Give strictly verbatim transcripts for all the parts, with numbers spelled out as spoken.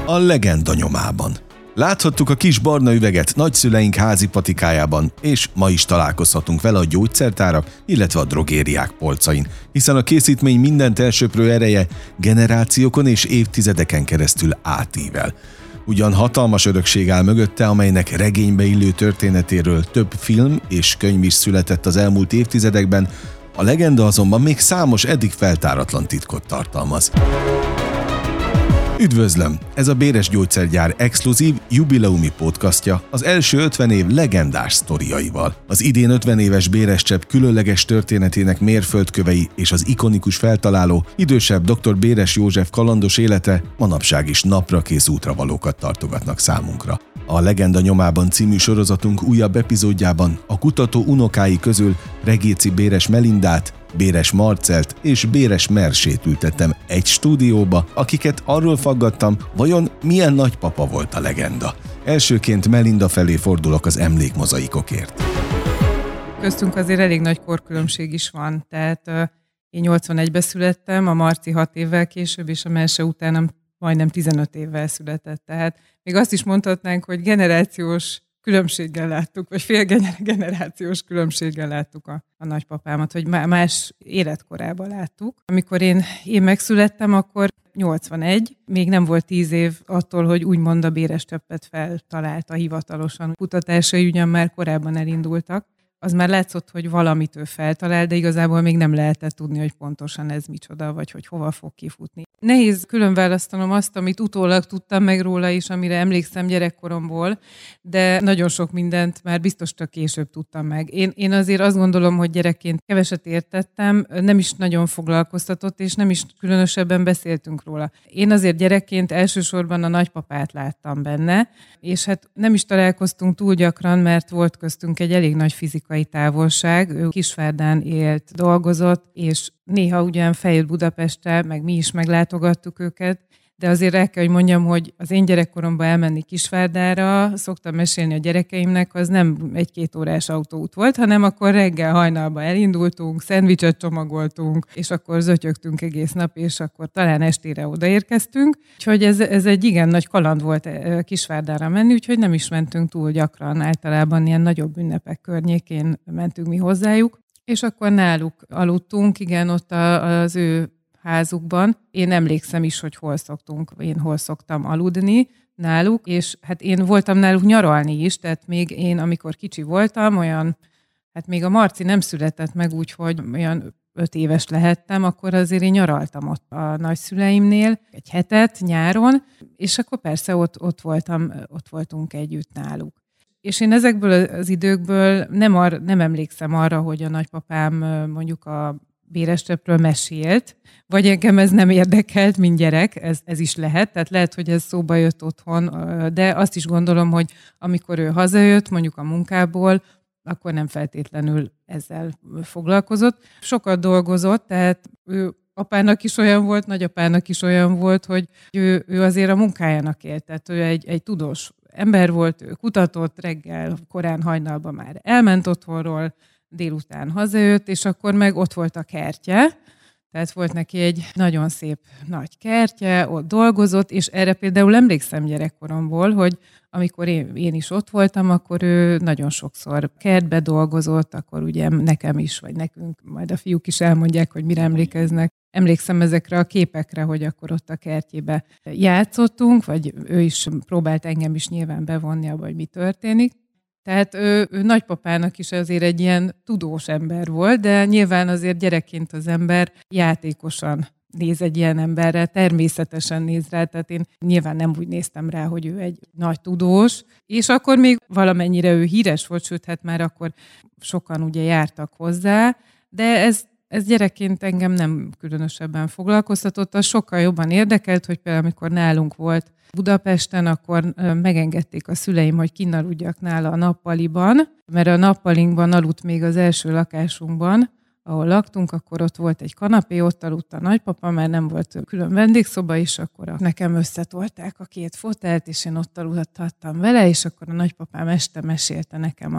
A legenda nyomában. Láthattuk a kis barna üveget nagyszüleink házi patikájában, és ma is találkozhatunk vele a gyógyszertárak, illetve a drogériák polcain, hiszen a készítmény mindent elsöprő ereje generációkon és évtizedeken keresztül átível. Ugyan hatalmas örökség áll mögötte, amelynek regénybe illő történetéről több film és könyv is született az elmúlt évtizedekben, a legenda azonban még számos eddig feltáratlan titkot tartalmaz. Üdvözlöm! Ez a Béres Gyógyszergyár exkluzív jubileumi podcastja az első ötven év legendás sztoriaival. Az idén ötven éves Béres Csepp különleges történetének mérföldkövei és az ikonikus feltaláló, idősebb doktor Béres József kalandos élete manapság is naprakész útravalókat tartogatnak számunkra. A Legenda nyomában című sorozatunk újabb epizódjában a kutató unokái közül Regéci Béres Melindát, Béres Marcelt és Béres Mersét ültettem egy stúdióba, akiket arról faggattam, vajon milyen nagypapa volt a legenda. Elsőként Melinda felé fordulok az emlékmozaikokért. Köztünk azért elég nagy korkülönbség is van, tehát uh, én nyolcvanegyben születtem, a Marci hat évvel később, és a Merse utánam majdnem tizenöt évvel született. Tehát még azt is mondhatnánk, hogy generációs különbséggel láttuk, vagy fél generációs különbséggel láttuk a, a nagypapámat, hogy más életkorában láttuk. Amikor én, én megszülettem, akkor nyolcvanegy, még nem volt tíz év attól, hogy úgymond a Béres Cseppet feltalálta hivatalosan. Kutatásai ugyan már korábban elindultak. Az már látszott, hogy valamit ő feltalál, de igazából még nem lehetett tudni, hogy pontosan ez micsoda, vagy hogy hova fog kifutni. Nehéz külön választanom azt, amit utólag tudtam meg róla is, amire emlékszem gyerekkoromból, de nagyon sok mindent már biztos csak később tudtam meg. Én, én azért azt gondolom, hogy gyerekként keveset értettem, nem is nagyon foglalkoztatott, és nem is különösebben beszéltünk róla. Én azért gyerekként elsősorban a nagypapát láttam benne, és hát nem is találkoztunk túl gyakran, mert volt köztünk egy elég nagy fizikai távolság. Ő Kisvárdán élt, dolgozott, és néha ugyan feljött Budapestre, meg mi is meglátogattuk őket, de azért el kell, hogy mondjam, hogy az én gyerekkoromban elmenni Kisvárdára, szoktam mesélni a gyerekeimnek, az nem egy-két órás autóút volt, hanem akkor reggel hajnalba elindultunk, szendvicset csomagoltunk, és akkor zötyögtünk egész nap, és akkor talán estére odaérkeztünk. Úgyhogy ez, ez egy igen nagy kaland volt Kisvárdára menni, úgyhogy nem is mentünk túl gyakran, általában ilyen nagyobb ünnepek környékén mentünk mi hozzájuk. És akkor náluk aludtunk, igen, ott a, az ő házukban. Én emlékszem is, hogy hol szoktunk, én hol szoktam aludni náluk, és hát én voltam náluk nyaralni is, tehát még én, amikor kicsi voltam, olyan, hát még a Marci nem született meg úgy, hogy olyan öt éves lehettem, akkor azért én nyaraltam ott a nagyszüleimnél egy hetet nyáron, és akkor persze ott, ott, voltam, ott voltunk együtt náluk. És én ezekből az időkből nem, ar, nem emlékszem arra, hogy a nagypapám mondjuk a Béres Cseppről mesélt, vagy engem ez nem érdekelt, mint gyerek, ez, ez is lehet, tehát lehet, hogy ez szóba jött otthon, de azt is gondolom, hogy amikor ő hazajött, mondjuk a munkából, akkor nem feltétlenül ezzel foglalkozott. Sokat dolgozott, tehát ő apának is olyan volt, nagyapának is olyan volt, hogy ő, ő azért a munkájának élt, tehát ő egy, egy tudós ember volt, ő kutatott, reggel, korán hajnalban már elment otthonról, délután hazajött, és akkor meg ott volt a kertje, tehát volt neki egy nagyon szép nagy kertje, ott dolgozott, és erre például emlékszem gyerekkoromból, hogy amikor én, én is ott voltam, akkor ő nagyon sokszor kertbe dolgozott, akkor ugye nekem is, vagy nekünk, majd a fiúk is elmondják, hogy mire emlékeznek. Emlékszem ezekre a képekre, hogy akkor ott a kertjébe játszottunk, vagy ő is próbált engem is nyilván bevonni abba, hogy mi történik. Tehát ő, ő nagypapának is azért egy ilyen tudós ember volt, de nyilván azért gyerekként az ember játékosan néz egy ilyen emberre, természetesen néz rá, tehát én nyilván nem úgy néztem rá, hogy ő egy nagy tudós, és akkor még valamennyire ő híres volt, sőt, hát már akkor sokan ugye jártak hozzá, de ez Ez gyerekként engem nem különösebben foglalkoztatott, az sokkal jobban érdekelt, hogy például amikor nálunk volt Budapesten, akkor megengedték a szüleim, hogy kinn aludjak nála a nappaliban, mert a nappalinkban aludt még az első lakásunkban, ahol laktunk, akkor ott volt egy kanapé, ott aludt a nagypapa, mert nem volt külön vendégszoba is, akkor nekem összetolták a két fotelt, és én ott aludhattam vele, és akkor a nagypapám este mesélte nekem a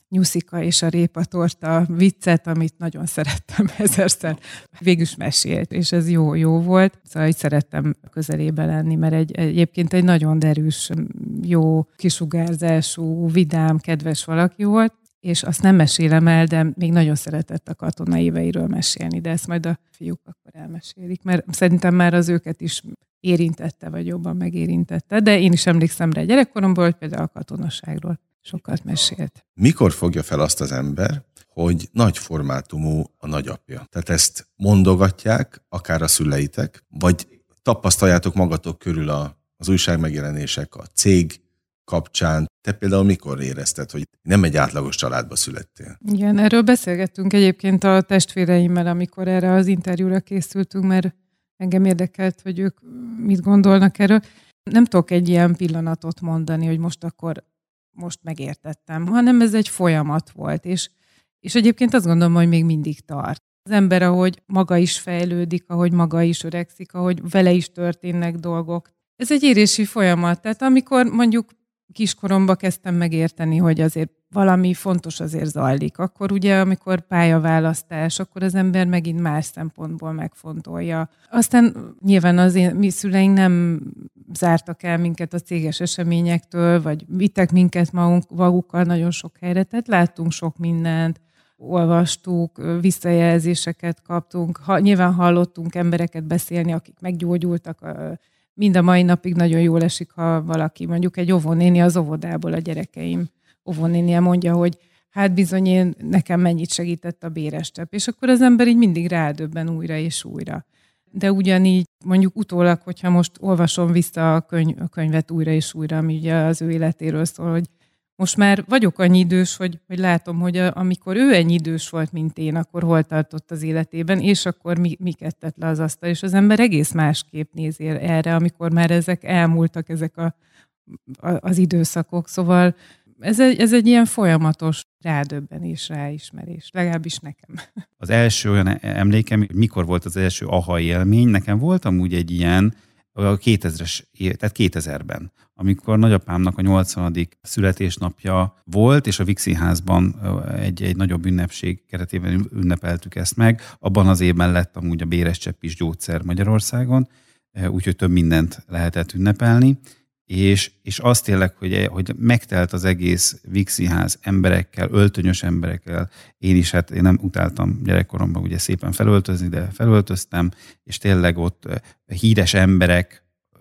Nyuszika és a répatorta viccet, amit nagyon szerettem ezerszer. Végül is mesélt, és ez jó-jó volt. Szóval így szerettem közelébe lenni, mert egy, egyébként egy nagyon derűs, jó kisugárzású, vidám, kedves valaki volt, és azt nem mesélem el, de még nagyon szeretett a katona éveiről mesélni, de ezt majd a fiúk akkor elmesélik, mert szerintem már az őket is érintette, vagy jobban megérintette, de én is emlékszem rá gyerekkoromból, hogy például a katonaságról sokat mesélt. Mikor fogja fel azt az ember, hogy nagy formátumú a nagyapja? Tehát ezt mondogatják, akár a szüleitek, vagy tapasztaljátok magatok körül a, az újságmegjelenések, a cég kapcsán. Te például mikor érezted, hogy nem egy átlagos családba születtél? Igen, erről beszélgettünk egyébként a testvéreimmel, amikor erre az interjúra készültünk, mert engem érdekelt, hogy ők mit gondolnak erről. Nem tudok egy ilyen pillanatot mondani, hogy most akkor most megértettem, hanem ez egy folyamat volt, és, és egyébként azt gondolom, hogy még mindig tart. Az ember, ahogy maga is fejlődik, ahogy maga is öregszik, ahogy vele is történnek dolgok. Ez egy érési folyamat, tehát amikor mondjuk kiskoromban kezdtem megérteni, hogy azért valami fontos azért zajlik. Akkor ugye, amikor pályaválasztás, akkor az ember megint más szempontból megfontolja. Aztán nyilván az én, mi szüleink nem zártak el minket a céges eseményektől, vagy vittek minket magunk, magukkal nagyon sok helyre, tehát láttunk sok mindent, olvastuk, visszajelzéseket kaptunk, ha, nyilván hallottunk embereket beszélni, akik meggyógyultak. Mind a mai napig nagyon jól esik, ha valaki, mondjuk egy óvónéni az óvodából, a gyerekeim óvónénie mondja, hogy hát bizony én, nekem mennyit segített a bérestepp. És akkor az ember így mindig rádöbben újra és újra. De ugyanígy mondjuk utólag, hogyha most olvasom vissza a, könyv, a könyvet újra és újra, ami ugye az ő életéről szól, hogy most már vagyok annyi idős, hogy, hogy látom, hogy a, amikor ő ennyi idős volt, mint én, akkor hol tartott az életében, és akkor mi, miket tett le az asztal. És az ember egész másképp néz erre, amikor már ezek elmúltak, ezek a, a, az időszakok. Szóval ez egy, ez egy ilyen folyamatos rádöbbenés, ráismerés, legalábbis nekem. Az első olyan emlékem, hogy mikor volt az első aha élmény, nekem volt amúgy egy ilyen, a kétezres, tehát kétezerben, amikor nagyapámnak a nyolcvanadik születésnapja volt, és a Víg Színházban egy, egy nagyobb ünnepség keretében ünnepeltük ezt meg. Abban az évben lett amúgy a Bérestepp is gyógyszer Magyarországon, úgyhogy több mindent lehetett ünnepelni. És, és az tényleg, hogy, hogy megtelt az egész Víg Színház emberekkel, öltönyös emberekkel. Én is, hát én nem utáltam gyerekkoromban ugye szépen felöltözni, de felöltöztem, és tényleg ott híres emberek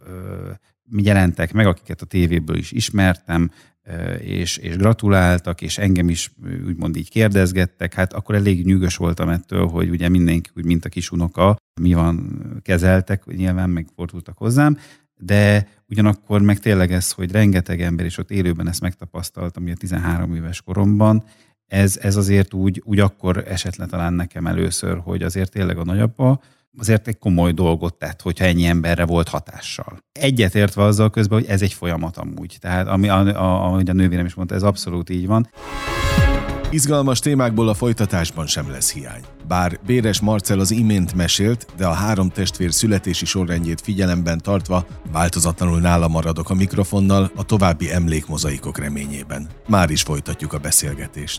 jelentek meg, akiket a tévéből is ismertem, és, és gratuláltak, és engem is úgymond így kérdezgettek. Hát akkor elég nyűgös voltam ettől, hogy ugye mindenki úgy, mint a kisunoka, mi van, kezeltek, nyilván megfordultak hozzám, de ugyanakkor meg tényleg ez, hogy rengeteg ember, és ott élőben ezt megtapasztaltam, ugye tizenhárom éves koromban, ez, ez azért úgy, úgy akkor esett le talán nekem először, hogy azért tényleg a nagyapa azért egy komoly dolgot tett, hogyha ennyi emberre volt hatással. Egyetértve azzal közben, hogy ez egy folyamat amúgy. Tehát ami, a, a, ahogy a nővérem is mondta, ez abszolút így van. Izgalmas témákból a folytatásban sem lesz hiány. Bár Béres Marcell az imént mesélt, de a három testvér születési sorrendjét figyelemben tartva változatlanul nála maradok a mikrofonnal a további emlékmozaikok reményében. Már is folytatjuk a beszélgetést.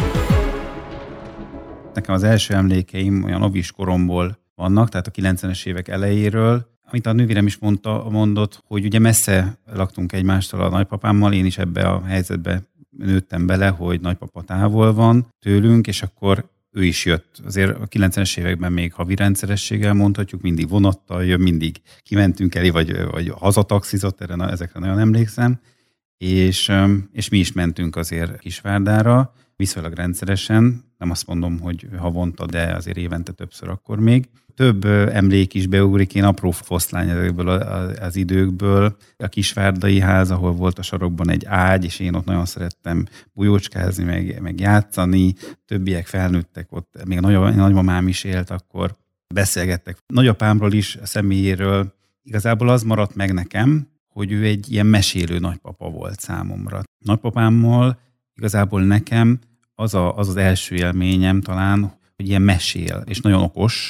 Nekem az első emlékeim olyan ovis koromból vannak, tehát a kilencvenes évek elejéről, amit a nővérem is mondta, mondott, hogy ugye messze laktunk egymástól a nagypapámmal, én is ebbe a helyzetbe nőttem bele, hogy nagypapa távol van tőlünk, és akkor ő is jött. Azért a kilencvenes években még havi rendszerességgel mondhatjuk, mindig vonattal jön, mindig kimentünk elé, vagy, vagy hazataxizott, erre, ezekre nagyon emlékszem, és, és mi is mentünk azért Kisvárdára, viszonylag rendszeresen, nem azt mondom, hogy havonta, de azért évente többször akkor még. Több emlék is beugrik, én apró foszlány ezekből az időkből. A Kisvárdai ház, ahol volt a sarokban egy ágy, és én ott nagyon szerettem bujócskázni, meg, meg játszani. Többiek felnőttek ott, még a nagymamám is élt, akkor beszélgettek. Nagyapámról is, a személyéről. Igazából az maradt meg nekem, hogy ő egy ilyen mesélő nagypapa volt számomra. Nagypapámmal igazából nekem az, a, az az első élményem talán, hogy ilyen mesél, és nagyon okos.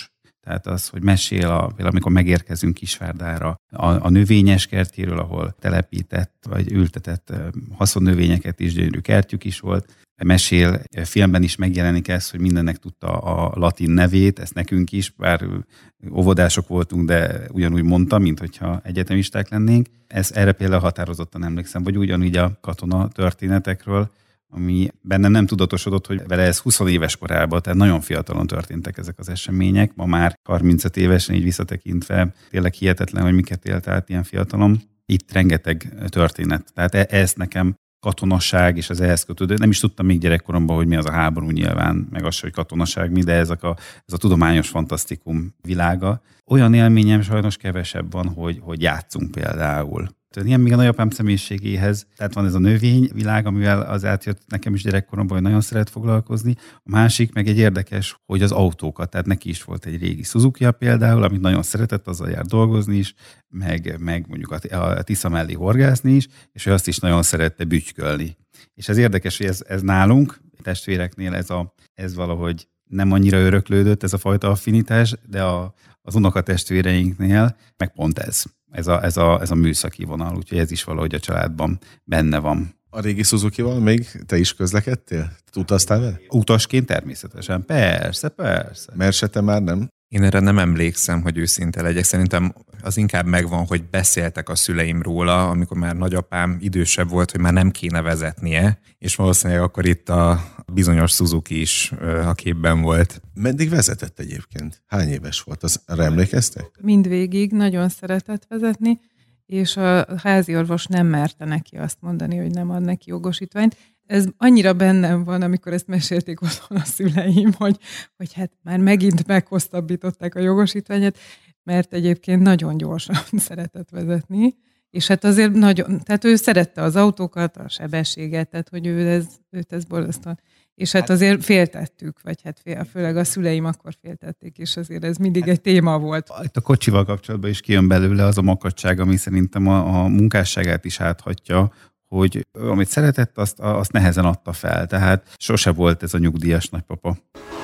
Tehát az, hogy mesél, a, például amikor megérkezünk Kisvárdára, a, a növényes kertjéről, ahol telepített vagy ültetett haszonnövényeket is, gyönyörű kertjük is volt. Mesél, filmben is megjelenik ez, hogy mindennek tudta a latin nevét, ezt nekünk is, bár óvodások voltunk, de ugyanúgy mondta, mint hogyha egyetemisták lennénk. Ez, erre például határozottan emlékszem, vagy ugyanúgy a katona történetekről, ami bennem nem tudatosodott, hogy vele ez húsz éves korában, tehát nagyon fiatalon történtek ezek az események. Ma már harmincöt évesen így visszatekintve tényleg hihetetlen, hogy miket élt át ilyen fiatalom. Itt rengeteg történet. Tehát ez nekem katonaság és az ehhez kötődő. Nem is tudtam még gyerekkoromban, hogy mi az a háború nyilván, meg az, hogy katonaság mi, de ezek a, ez a tudományos fantasztikum világa. Olyan élményem sajnos kevesebb van, hogy, hogy játszunk például. Ilyen még a nagyapám személyiségéhez, tehát van ez a növényvilág, amivel az átjött nekem is gyerekkoromban, hogy nagyon szeret foglalkozni. A másik meg egy érdekes, hogy az autókat, tehát neki is volt egy régi Suzuki-ja például, amit nagyon szeretett, azzal jár dolgozni is, meg, meg mondjuk a, a Tisza mellé horgászni is, és ő azt is nagyon szerette bütykölni. És ez érdekes, hogy ez, ez nálunk, testvéreknél ez, a, ez valahogy nem annyira öröklődött, ez a fajta affinitás, de a, az unokatestvéreinknél meg pont ez. Ez a, ez, a, ez a műszaki vonal, úgyhogy ez is valahogy a családban benne van. A régi Suzuki-val még te is közlekedtél? Te utaztál vele? Utasként természetesen. Persze, persze. Mersete már nem? Én erre nem emlékszem, hogy őszinte legyek. Szerintem az inkább megvan, hogy beszéltek a szüleim róla, amikor már nagyapám idősebb volt, hogy már nem kéne vezetnie, és valószínűleg akkor itt a bizonyos Suzuki is a képben volt. Meddig vezetett egyébként? Hány éves volt? Az, arra emlékeztek? Mindvégig nagyon szeretett vezetni, és a háziorvos nem merte neki azt mondani, hogy nem ad neki jogosítványt. Ez annyira bennem van, amikor ezt mesélték otthon a szüleim, hogy, hogy hát már megint meghosszabbították a jogosítványát, mert egyébként nagyon gyorsan szeretett vezetni, és hát azért nagyon, tehát ő szerette az autókat, a sebességet, tehát hogy ő ez, őt ez borzasztóan. És hát azért féltettük, vagy hát fél, főleg a szüleim akkor féltették, és azért ez mindig egy téma volt. Itt a kocsival kapcsolatban is kijön belőle az a makacság, ami szerintem a, a munkásságát is áthatja, hogy amit szeretett, azt, azt nehezen adta fel. Tehát sose volt ez a nyugdíjas nagypapa.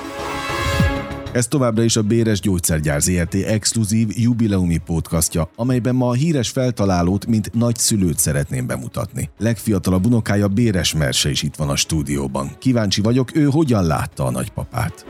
Ez továbbra is a Béres Gyógyszergyár zé er té exkluzív jubileumi podcastja, amelyben ma a híres feltalálót, mint nagyszülőt szeretném bemutatni. Legfiatalabb unokája Béres Merse is itt van a stúdióban. Kíváncsi vagyok, ő hogyan látta a nagypapát.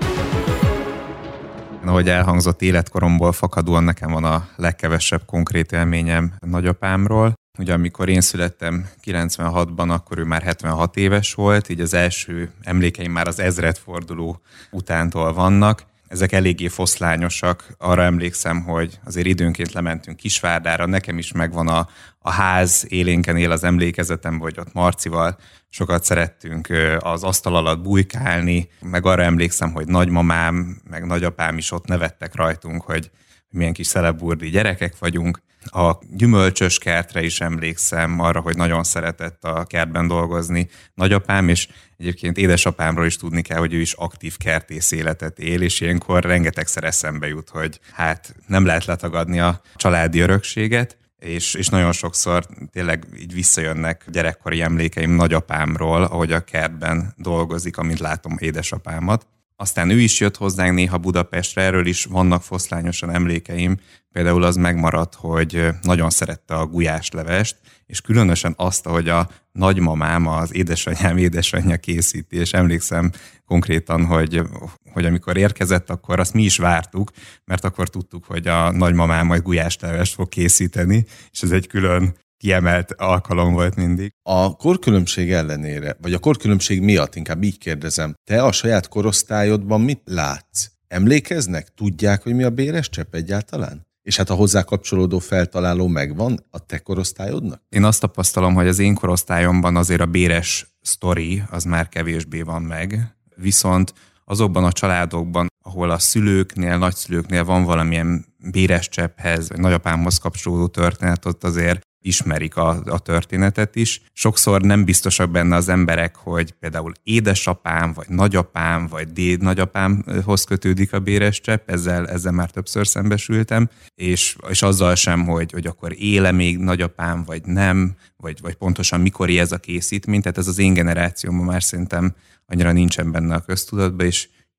Ahogy elhangzott, életkoromból fakadóan nekem van a legkevesebb konkrét élményem nagyapámról. Ugye amikor én születtem kilencvenhatban, akkor ő már hetvenhat éves volt, így az első emlékeim már az ezredforduló utántól vannak. Ezek eléggé foszlányosak. Arra emlékszem, hogy azért időnként lementünk Kisvárdára, nekem is megvan a, a ház élénken él az emlékezetem, hogy ott Marcival sokat szerettünk az asztal alatt bujkálni, meg arra emlékszem, hogy nagymamám, meg nagyapám is ott nevettek rajtunk, hogy milyen kis szeleburdi gyerekek vagyunk. A gyümölcsös kertre is emlékszem, arra, hogy nagyon szeretett a kertben dolgozni nagyapám, és egyébként édesapámról is tudni kell, hogy ő is aktív kertész életet él, és ilyenkor rengetegszer eszembe jut, hogy hát nem lehet letagadni a családi örökséget, és, és nagyon sokszor tényleg így visszajönnek gyerekkori emlékeim nagyapámról, ahogy a kertben dolgozik, amint látom édesapámat. Aztán ő is jött hozzánk néha Budapestre, erről is vannak foszlányosan emlékeim. Például az megmaradt, hogy nagyon szerette a gulyáslevest, és különösen azt, ahogy a nagymamám, az édesanyám édesanyja készíti, és emlékszem konkrétan, hogy, hogy amikor érkezett, akkor azt mi is vártuk, mert akkor tudtuk, hogy a nagymamám majd gulyáslevest fog készíteni, és ez egy külön kiemelt alkalom volt mindig. A korkülönbség ellenére, vagy a korkülönbség miatt, inkább így kérdezem, te a saját korosztályodban mit látsz? Emlékeznek? Tudják, hogy mi a béres csepp egyáltalán? És hát a hozzá kapcsolódó feltaláló megvan a te korosztályodnak? Én azt tapasztalom, hogy az én korosztályomban azért a béres sztori az már kevésbé van meg, viszont azokban a családokban, ahol a szülőknél, nagyszülőknél van valamilyen béres csepphez, vagy nagyapámhoz kapcsolódó történet, ott azért ismerik a, a történetet is. Sokszor nem biztosak benne az emberek, hogy például édesapám, vagy nagyapám, vagy déd nagyapámhoz kötődik a béres csepp, ezzel, ezzel már többször szembesültem, és, és azzal sem, hogy, hogy akkor éle még nagyapám, vagy nem, vagy, vagy pontosan mikor ez a készítmény, tehát ez az én generációmban már szerintem annyira nincsen benne a köztudatban, és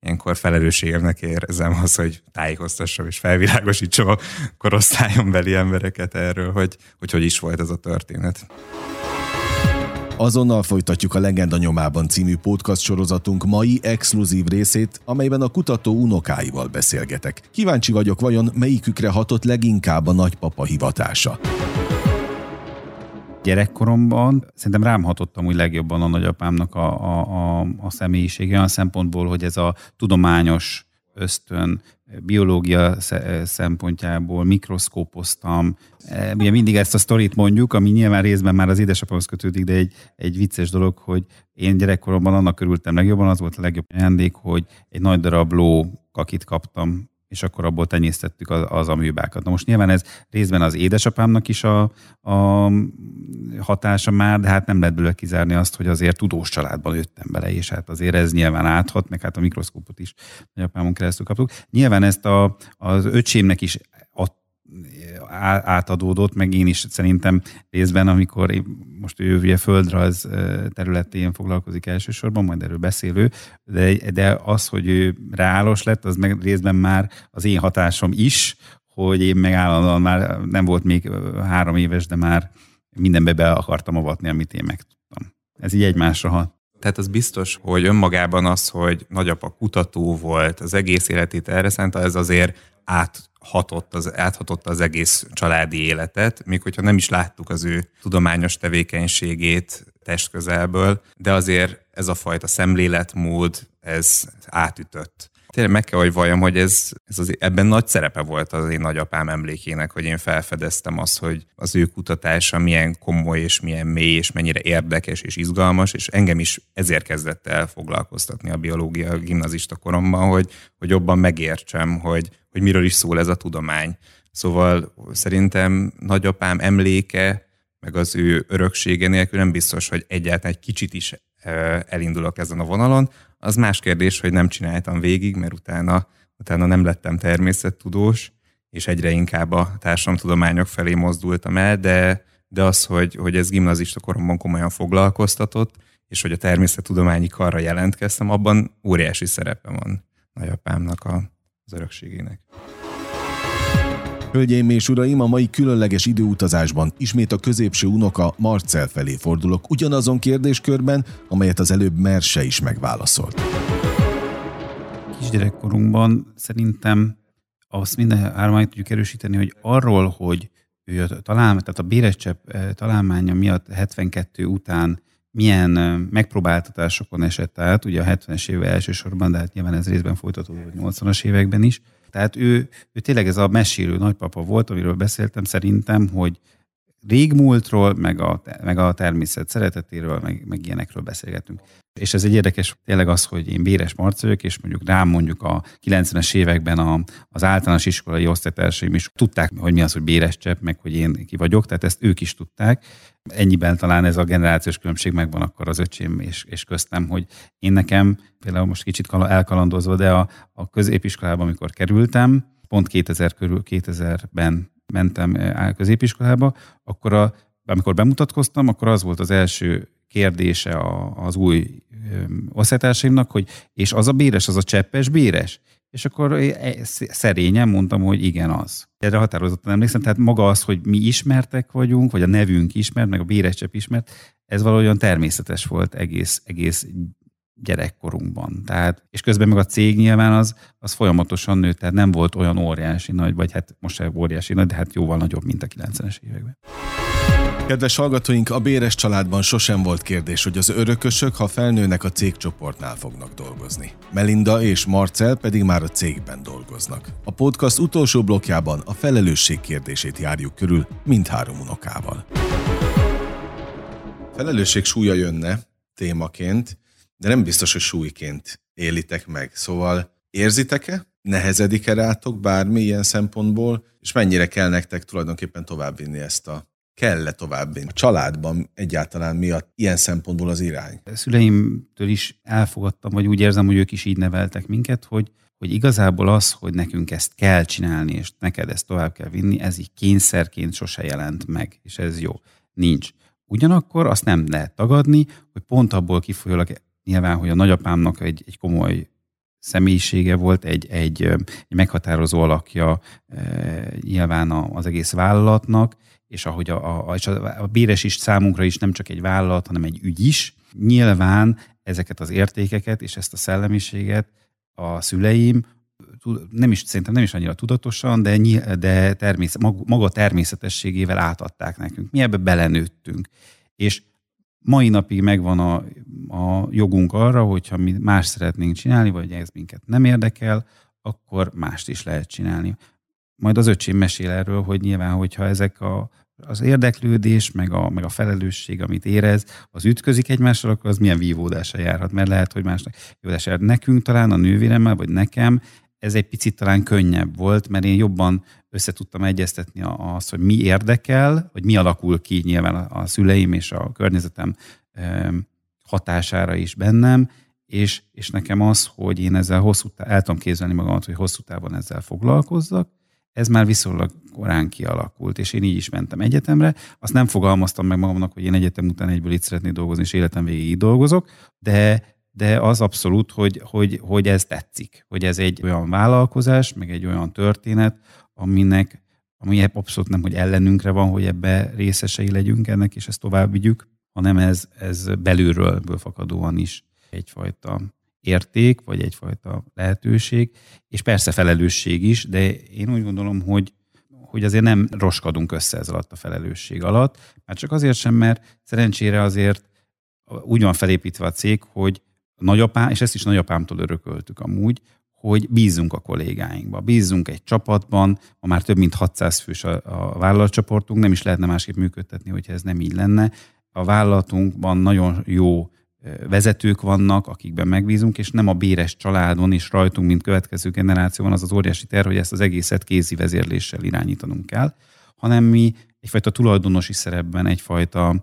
ilyenkor felelősségemnek érzem az, hogy tájékoztassam és felvilágosítsam a korosztályon beli embereket erről, hogy, hogy hogy is volt ez a történet. Azonnal folytatjuk a Legenda nyomában című podcast sorozatunk mai exkluzív részét, amelyben a kutató unokáival beszélgetek. Kíváncsi vagyok, vajon melyikükre hatott leginkább a nagypapa hivatása. Gyerekkoromban szerintem rám hatottam úgy legjobban a nagyapámnak a, a, a, a személyisége, olyan szempontból, hogy ez a tudományos ösztön, biológia szempontjából mikroszkópoztam. Ugye mindig ezt a sztorit mondjuk, ami nyilván részben már az édesapámhoz kötődik, de egy, egy vicces dolog, hogy én gyerekkoromban annak örültem legjobban, az volt a legjobb ajándék, hogy egy nagy darab ló kakit kaptam, és akkor abból tenyésztettük az, az amőbákat. Na most nyilván ez részben az édesapámnak is a, a hatása már, de hát nem lehet belőle kizárni azt, hogy azért tudós családban nőttem bele, és hát azért ez nyilván áthat, meg hát a mikroszkópot is nagyapámon keresztül kaptuk. Nyilván ezt a, az öcsémnek is a, átadódott, meg én is szerintem részben, amikor én, most ő ugye földrajz területén foglalkozik elsősorban, majd erről beszélő, de, de az, hogy ő reálos lett, az meg részben már az én hatásom is, hogy én meg állandóan már nem volt még három éves, de már mindenbe be akartam avatni, amit én megtudtam. Ez így egymásra hat. Tehát az biztos, hogy önmagában az, hogy nagyapa kutató volt, az egész életét erre szánta, ez azért áthatott az, áthatott az egész családi életet, még hogyha nem is láttuk az ő tudományos tevékenységét testközelből, de azért ez a fajta szemléletmód, ez átütött. Tényleg meg kell, hogy valljam, hogy ez, ez az, ebben nagy szerepe volt az én nagyapám emlékének, hogy én felfedeztem azt, hogy az ő kutatása milyen komoly és milyen mély, és mennyire érdekes és izgalmas, és engem is ezért kezdett el foglalkoztatni a biológia gimnazista koromban, hogy, hogy jobban megértsem, hogy, hogy miről is szól ez a tudomány. Szóval szerintem nagyapám emléke, meg az ő öröksége nélkül nem biztos, hogy egyáltalán egy kicsit is elindulok ezen a vonalon. Az más kérdés, hogy nem csináltam végig, mert utána, utána nem lettem természettudós, és egyre inkább a társadalomtudományok felé mozdultam el, de, de az, hogy, hogy ez gimnazista koromban komolyan foglalkoztatott, és hogy a természettudományi karra jelentkeztem, abban óriási szerepe van nagyapámnak a, az örökségének. Hölgyeim és uraim, a mai különleges időutazásban ismét a középső unoka Marcell felé fordulok, ugyanazon kérdéskörben, amelyet az előbb Merse is megválaszolt. Kisgyerekkorunkban szerintem azt minden hárman tudjuk erősíteni, hogy arról, hogy ő a, találmány, tehát a Bérescsepp találmánya miatt hetvenkettő után milyen megpróbáltatásokon esett át, ugye a hetvenes évek elsősorban, de hát nyilván ez részben folytatódott nyolcvanas években is. Tehát ő, ő tényleg ez a mesélő nagypapa volt, amiről beszéltem szerintem, hogy régmúltról, meg a, meg a természet szeretetéről, meg, meg ilyenekről beszélgetünk. És ez egy érdekes tényleg az, hogy én Béres Marci vagyok, és mondjuk rám mondjuk a kilencvenes években a, az általános iskolai osztálytársaim is tudták, hogy mi az, hogy Bérescsepp, meg hogy én ki vagyok, tehát ezt ők is tudták. Ennyiben talán ez a generációs különbség megvan akkor az öcsém és, és köztem, hogy én nekem, például most kicsit elkalandozva, de a, a középiskolában, amikor kerültem, pont kétezer körül, kétezerben mentem középiskolába, akkor a, amikor bemutatkoztam, akkor az volt az első kérdése a, az új osztálytársaimnak, hogy és az a Béres, az a cseppes Béres? És akkor szerényen mondtam, hogy igen, az. Erre határozottan emlékszem, tehát maga az, hogy mi ismertek vagyunk, vagy a nevünk ismert, meg a Bérescsepp ismert, ez valahogyan természetes volt egész, egész gyerekkorunkban. Tehát, és közben meg a cég nyilván az, az folyamatosan nőtt, tehát nem volt olyan óriási nagy, vagy hát most sem óriási nagy, de hát jóval nagyobb, mint a kilencvenes években. Kedves hallgatóink, a Béres családban sosem volt kérdés, hogy az örökösök, ha felnőnek, a cégcsoportnál fognak dolgozni. Melinda és Marcell pedig már a cégben dolgoznak. A podcast utolsó blokkjában a felelősség kérdését járjuk körül mindhárom unokával. Felelősség súlya jönne témaként, de nem biztos, hogy súlyként élitek meg. Szóval érzitek-e? Nehezedik-e rátok bármi ilyen szempontból? És mennyire kell nektek tulajdonképpen továbbvinni ezt a kell-e továbbvinni? A családban egyáltalán mi a ilyen szempontból az irány? A szüleimtől is elfogadtam, vagy úgy érzem, hogy ők is így neveltek minket, hogy, hogy igazából az, hogy nekünk ezt kell csinálni, és neked ezt tovább kell vinni, ez így kényszerként sose jelent meg, és ez jó. Nincs. Ugyanakkor azt nem lehet tagadni, hogy pont abból kifolyólag nyilván, hogy a nagyapámnak egy, egy komoly személyisége volt, egy, egy, egy meghatározó alakja nyilván az egész vállalatnak, és ahogy a, a, és a Béres is számunkra is nem csak egy vállalat, hanem egy ügy is. Nyilván ezeket az értékeket és ezt a szellemiséget a szüleim nem is, szerintem nem is annyira tudatosan, de, de természet, maga természetességével átadták nekünk. Mi ebbe belenőttünk. És mai napig megvan a, a jogunk arra, hogyha mi más szeretnénk csinálni, vagy ez minket nem érdekel, akkor mást is lehet csinálni. Majd az öcsém mesél erről, hogy nyilván, hogyha ezek a, az érdeklődés, meg a, meg a felelősség, amit érez, az ütközik egymással, akkor az milyen vívódása járhat, mert lehet, hogy másnak vívódása járhat. Nekünk talán, a nővéremmel, vagy nekem ez egy picit talán könnyebb volt, mert én jobban össze tudtam egyeztetni azt, hogy mi érdekel, vagy mi alakul ki nyilván a szüleim és a környezetem hatására is bennem, és, és nekem az, hogy én ezzel hosszú távon, el tudom képzelni magamat, hogy hosszú távon ezzel foglalkozzak, ez már viszonylag korán kialakult, és én így is mentem egyetemre. Azt nem fogalmaztam meg magamnak, hogy én egyetem után egyből itt szeretnék dolgozni, és életem végéig így dolgozok, de, de az abszolút, hogy, hogy, hogy ez tetszik, hogy ez egy olyan vállalkozás, meg egy olyan történet, aminek, ami abszolút nem, hogy ellenünkre van, hogy ebbe részesei legyünk ennek, és ezt tovább vigyük, hanem ez, ez belülről fakadóan is egyfajta érték, vagy egyfajta lehetőség, és persze felelősség is, de én úgy gondolom, hogy, hogy azért nem roskadunk össze ez alatt a felelősség alatt, már csak azért sem, mert szerencsére azért úgy van felépítve a cég, hogy nagyapám, és ezt is nagyapámtól örököltük amúgy, hogy bízzunk a kollégáinkba, bízzunk egy csapatban, ma már több mint hatszáz fős a, a vállalatcsoportunk, nem is lehetne másképp működtetni, hogyha ez nem így lenne. A vállalatunkban nagyon jó vezetők vannak, akikben megbízunk, és nem a Béres családon és rajtunk, mint következő generációban az az óriási terv, hogy ezt az egészet kézi vezérléssel irányítanunk kell, hanem mi egyfajta tulajdonosi szerepben, egyfajta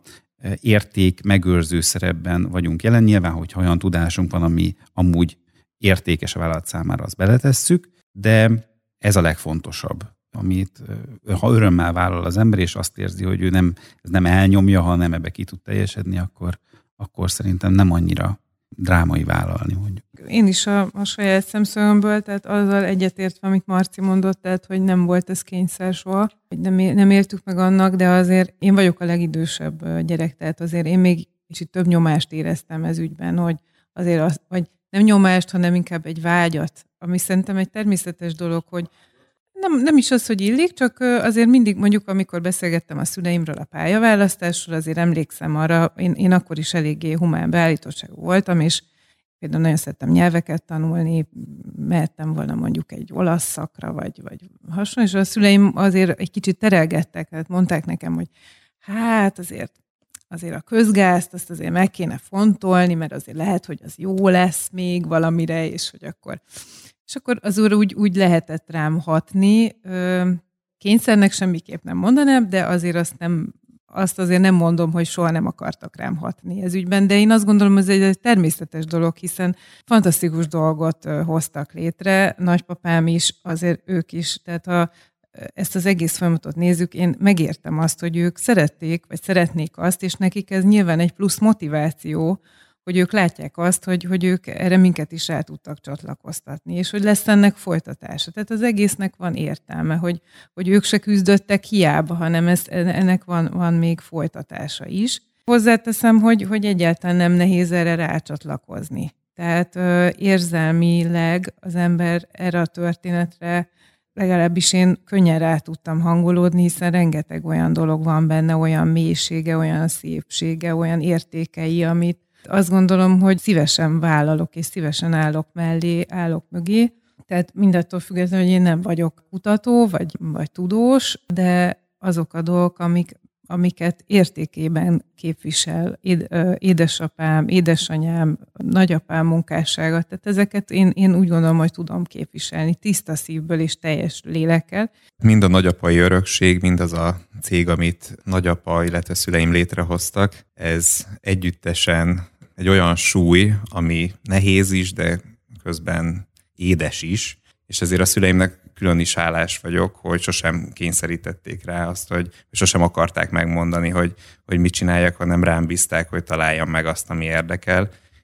érték megőrző szerepben vagyunk jelen. Nyilván, hogyha olyan tudásunk van, ami amúgy értékes a vállalat számára, azt beletesszük, de ez a legfontosabb, amit ha örömmel vállal az ember, és azt érzi, hogy ő nem, ez nem elnyomja, hanem ebbe ki tud teljesedni, akkor akkor szerintem nem annyira drámai vállalni, mondjuk. Én is a, a saját szemszögömből, tehát azzal egyetértve, amit Marci mondott, tehát, hogy nem volt ez kényszer soha, hogy nem, nem éltük meg annak, de azért én vagyok a legidősebb gyerek, tehát azért én még kicsit több nyomást éreztem ez ügyben, hogy azért az, vagy nem nyomást, hanem inkább egy vágyat, ami szerintem egy természetes dolog, hogy Nem, nem is az, hogy illik, csak azért mindig mondjuk, amikor beszélgettem a szüleimről a pályaválasztásról, azért emlékszem arra, én, én akkor is eléggé humán beállítottságú voltam, és például nagyon szerettem nyelveket tanulni, mehettem volna mondjuk egy olasz szakra, vagy, vagy hasonló, és a szüleim azért egy kicsit terelgettek, tehát mondták nekem, hogy hát azért, azért a közgázt, azt azért meg kéne fontolni, mert azért lehet, hogy az jó lesz még valamire, és hogy akkor... És akkor az úr úgy, úgy lehetett rám hatni. Kényszernek semmiképp nem mondanám, de azért azt, nem, azt azért nem mondom, hogy soha nem akartak rám hatni ez ügyben. De én azt gondolom, hogy ez egy természetes dolog, hiszen fantasztikus dolgot hoztak létre. Nagypapám is, azért ők is. Tehát ha ezt az egész folyamatot nézzük, én megértem azt, hogy ők szerették, vagy szeretnék azt, és nekik ez nyilván egy plusz motiváció, hogy ők látják azt, hogy, hogy ők erre minket is rá tudtak csatlakoztatni, és hogy lesz ennek folytatása. Tehát az egésznek van értelme, hogy, hogy ők se küzdöttek hiába, hanem ez, ennek van, van még folytatása is. Hozzáteszem, hogy, hogy egyáltalán nem nehéz erre rácsatlakozni. Tehát ö, érzelmileg az ember erre a történetre, legalábbis én könnyen rá tudtam hangolódni, hiszen rengeteg olyan dolog van benne, olyan mélysége, olyan szépsége, olyan értékei, amit azt gondolom, hogy szívesen vállalok, és szívesen állok mellé, állok mögé. Tehát mindattól függetlenül, hogy én nem vagyok kutató, vagy, vagy tudós, de azok a dolgok, amik, amiket értékében képvisel édesapám, édesanyám, nagyapám munkássága, tehát ezeket én, én úgy gondolom, hogy tudom képviselni tiszta szívből és teljes lélekkel. Mind a nagyapai örökség, mind az a cég, amit nagyapa, illetve szüleim létrehoztak, ez együttesen egy olyan súly, ami nehéz is, de közben édes is, és ezért a szüleimnek külön is hálás vagyok, hogy sosem kényszerítették rá azt, hogy sosem akarták megmondani, hogy, hogy mit csináljak, hanem rám bízták, hogy találjam meg azt, ami érdekel,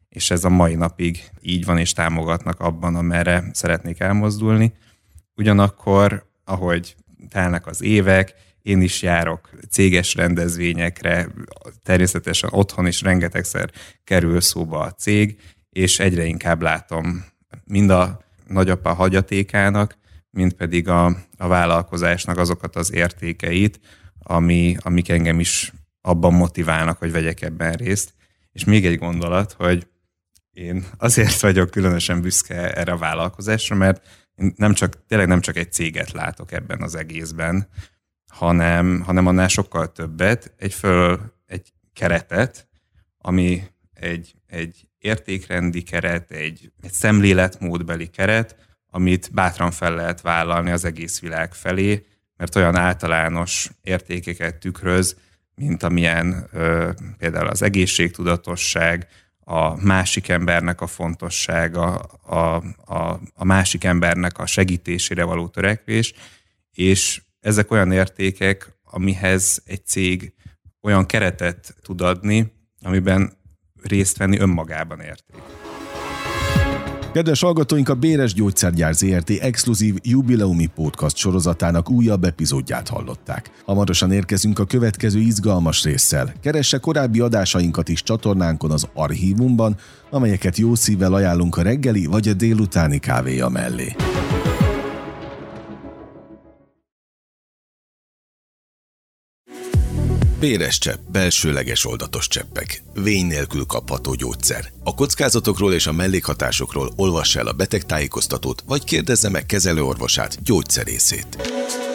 és ez a mai napig így van, és támogatnak abban, amerre szeretnék elmozdulni. Ugyanakkor, ahogy telnek az évek, én is járok céges rendezvényekre, természetesen otthon is rengetegszer kerül szóba a cég, és egyre inkább látom mind a nagyapa hagyatékának, mind pedig a, a vállalkozásnak azokat az értékeit, ami, amik engem is abban motiválnak, hogy vegyek ebben részt. És még egy gondolat, hogy én azért vagyok különösen büszke erre a vállalkozásra, mert én nem csak, tényleg nem csak egy céget látok ebben az egészben, hanem, hanem annál sokkal többet, egyfelől egy keretet, ami egy, egy értékrendi keret, egy, egy szemléletmódbeli keret, amit bátran fel lehet vállalni az egész világ felé, mert olyan általános értékeket tükröz, mint amilyen ö, például az egészségtudatosság, a másik embernek a fontossága, a, a, a másik embernek a segítésére való törekvés, és ezek olyan értékek, amihez egy cég olyan keretet tud adni, amiben részt venni önmagában érték. Kedves hallgatóink, a Béres Gyógyszergyár zé er té exkluzív jubileumi podcast sorozatának újabb epizódját hallották. Hamarosan érkezünk a következő izgalmas résszel. Keresse korábbi adásainkat is csatornánkon az archívumban, amelyeket jó szívvel ajánlunk a reggeli vagy a délutáni kávéja mellé. Béres csepp, belsőleges oldatos cseppek, vény nélkül kapható gyógyszer. A kockázatokról és a mellékhatásokról olvassa el a betegtájékoztatót, vagy kérdezze meg kezelőorvosát, gyógyszerészét.